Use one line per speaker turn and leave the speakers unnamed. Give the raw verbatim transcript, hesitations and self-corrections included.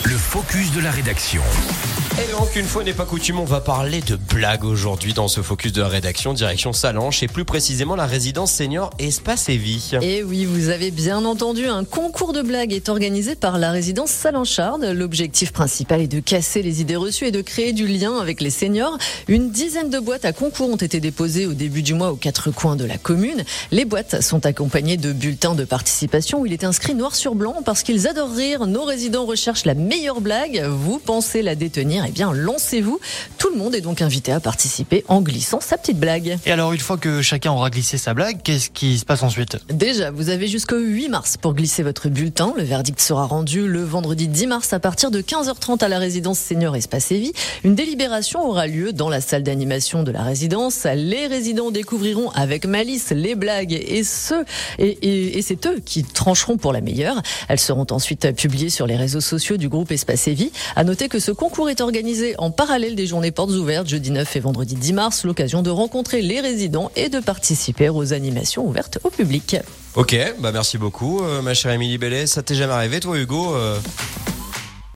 Le focus de la rédaction.
Et donc, une fois n'est pas coutume, on va parler de blagues aujourd'hui dans ce focus de la rédaction, direction Sallanches et plus précisément la résidence senior Espace et Vie.
Et oui, vous avez bien entendu, un concours de blagues est organisé par la résidence Sallancharde. L'objectif principal est de casser les idées reçues et de créer du lien avec les seniors. Une dizaine de boîtes à concours ont été déposées au début du mois aux quatre coins de la commune. Les boîtes sont accompagnées de bulletins de participation où il est inscrit noir sur blanc parce qu'ils adorent rire. Nos résidents recherchent la meilleure blague. Vous pensez la détenir? Eh bien, lancez-vous. Tout le monde est donc invité à participer en glissant sa petite blague.
Et alors, une fois que chacun aura glissé sa blague, qu'est-ce qui se passe ensuite?
Déjà, vous avez jusqu'au huit mars pour glisser votre bulletin. Le verdict sera rendu le vendredi dix mars à partir de quinze heures trente à la résidence senior Espace et Vie. Une délibération aura lieu dans la salle d'animation de la résidence. Les résidents découvriront avec malice les blagues et ceux et, et, et c'est eux qui trancheront pour la meilleure. Elles seront ensuite publiées sur les réseaux sociaux du groupe Espace et Vie. À noter que ce concours est organisé en parallèle des journées portes ouvertes jeudi neuf et vendredi dix mars, l'occasion de rencontrer les résidents et de participer aux animations ouvertes au public.
Ok, bah merci beaucoup, euh, ma chère Émilie Bellet. Ça t'est jamais arrivé, toi, Hugo euh...